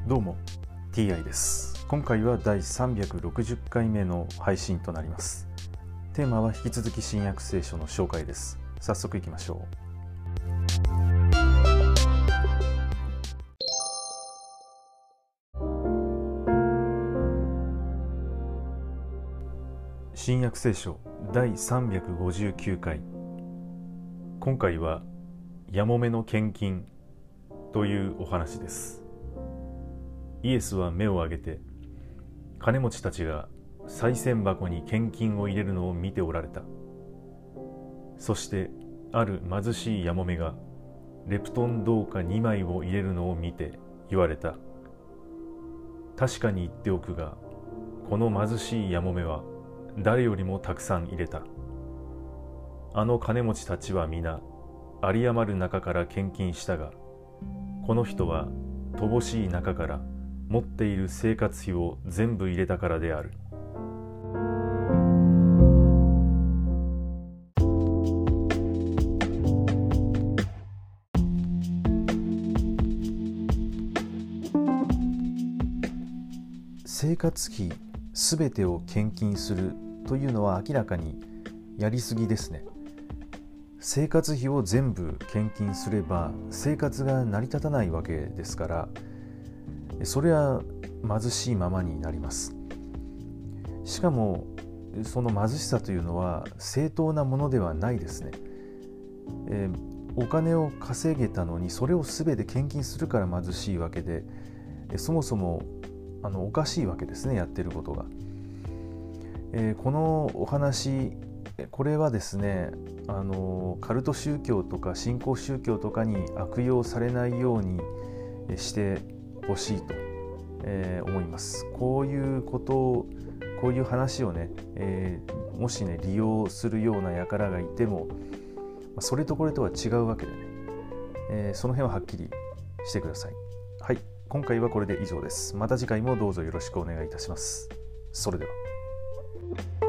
どうも TI です。今回は第360回目の配信となります。テーマは引き続き新約聖書の紹介です。早速いきましょう。新約聖書第359回。今回はやもめの献金というお話です。イエスは目を上げて、金持ちたちが賽銭箱に献金を入れるのを見ておられた。そしてある貧しいやもめがレプトン銅貨2枚を入れるのを見て言われた。確かに言っておくが、この貧しいやもめは誰よりもたくさん入れた。あの金持ちたちは皆有り余る中から献金したが、この人は乏しい中から持っている生活費を全部入れたからである。生活費すべてを献金するというのは明らかにやりすぎですね。生活費を全部献金すれば生活が成り立たないわけですから、それは貧しいままになります。しかもその貧しさというのは正当なものではないですね。お金を稼げたのにそれを全て献金するから貧しいわけで、そもそもおかしいわけですね、やってることが。このお話、これはですね、カルト宗教とか新興宗教とかに悪用されないようにしてほしいと、思います。こういうことを、こういう話をね、もしね利用するような輩がいても、それとこれとは違うわけでね、その辺ははっきりしてください。はい、今回はこれで以上です。また次回もどうぞよろしくお願いいたします。それでは。